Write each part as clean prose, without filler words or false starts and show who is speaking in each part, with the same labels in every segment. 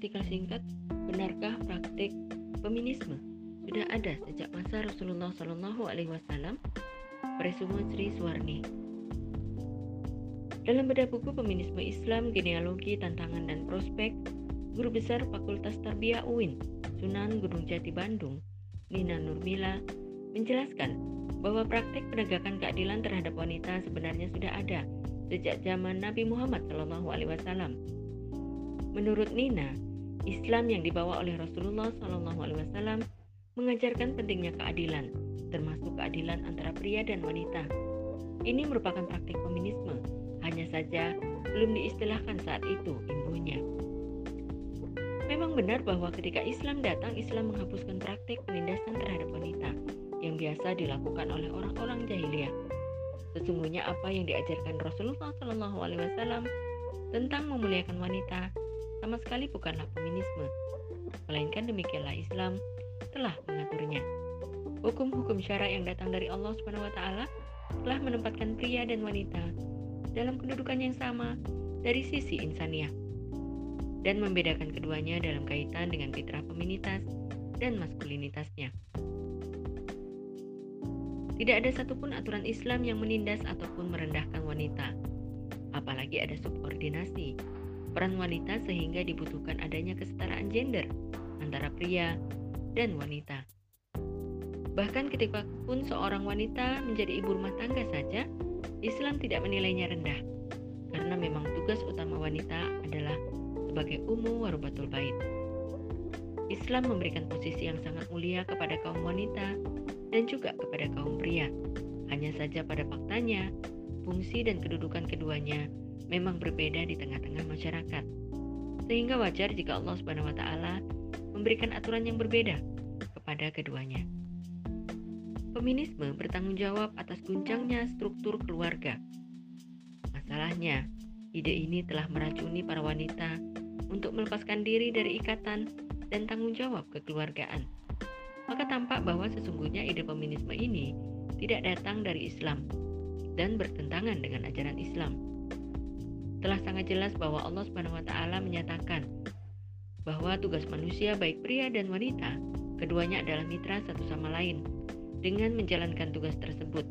Speaker 1: artikel singkat, benarkah praktik feminisme sudah ada sejak masa Rasulullah SAW? Presuma Sri Suwarni. Dalam bedah buku Feminisme Islam, Genealogi, Tantangan dan Prospek, Guru Besar Fakultas Tarbiyah UIN, Sunan Gunung Jati Bandung, Nina Nurmila, menjelaskan bahwa praktik penegakan keadilan terhadap wanita sebenarnya sudah ada sejak zaman Nabi Muhammad SAW. Menurut Nina, Islam yang dibawa oleh Rasulullah SAW mengajarkan pentingnya keadilan, termasuk keadilan antara pria dan wanita. Ini merupakan praktik feminisme, hanya saja belum diistilahkan saat itu imbuhnya. Memang benar bahwa ketika Islam datang, Islam menghapuskan praktik penindasan terhadap wanita yang biasa dilakukan oleh orang-orang jahiliyah. Sesungguhnya apa yang diajarkan Rasulullah SAW tentang memuliakan wanita sama sekali bukanlah feminisme, melainkan demikianlah Islam telah mengaturnya. Hukum-hukum syara yang datang dari Allah SWT telah menempatkan pria dan wanita dalam kedudukan yang sama dari sisi insaniah dan membedakan keduanya dalam kaitan dengan fitrah feminitas dan maskulinitasnya. Tidak ada satupun aturan Islam yang menindas ataupun merendahkan wanita, apalagi ada subordinasi peran wanita sehingga dibutuhkan adanya kesetaraan gender antara pria dan wanita. Bahkan ketika pun seorang wanita menjadi ibu rumah tangga saja, Islam tidak menilainya rendah, karena memang tugas utama wanita adalah sebagai ummu warubatul bait. Islam memberikan posisi yang sangat mulia kepada kaum wanita dan juga kepada kaum pria. Hanya saja pada faktanya, fungsi dan kedudukan keduanya memang berbeda di tengah-tengah masyarakat. Sehingga wajar jika Allah SWT memberikan aturan yang berbeda kepada keduanya. Feminisme bertanggung jawab atas guncangnya struktur keluarga. Masalahnya, ide ini telah meracuni para wanita untuk melepaskan diri dari ikatan dan tanggung jawab kekeluargaan. Maka tampak bahwa sesungguhnya ide feminisme ini tidak datang dari Islam dan bertentangan dengan ajaran Islam. Telah sangat jelas bahwa Allah SWT menyatakan bahwa tugas manusia baik pria dan wanita, keduanya adalah mitra satu sama lain dengan menjalankan tugas tersebut.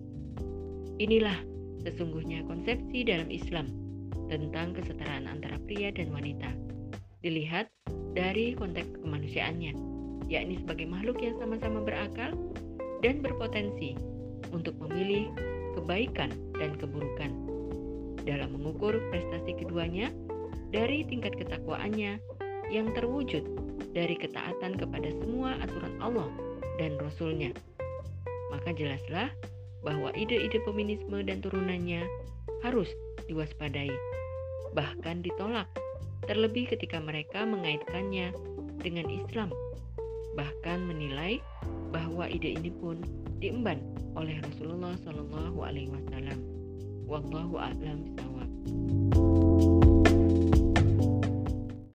Speaker 1: Inilah sesungguhnya konsepsi dalam Islam tentang kesetaraan antara pria dan wanita. Dilihat dari konteks kemanusiaannya, yakni sebagai makhluk yang sama-sama berakal dan berpotensi untuk memilih kebaikan dan keburukan. Dalam mengukur prestasi keduanya dari tingkat ketakwaannya yang terwujud dari ketaatan kepada semua aturan Allah dan Rasul-Nya. Maka jelaslah bahwa ide-ide feminisme dan turunannya harus diwaspadai, bahkan ditolak, terlebih ketika mereka mengaitkannya dengan Islam, bahkan menilai bahwa ide ini pun diemban oleh Rasulullah SAW. Wallahu a'lam bishawab.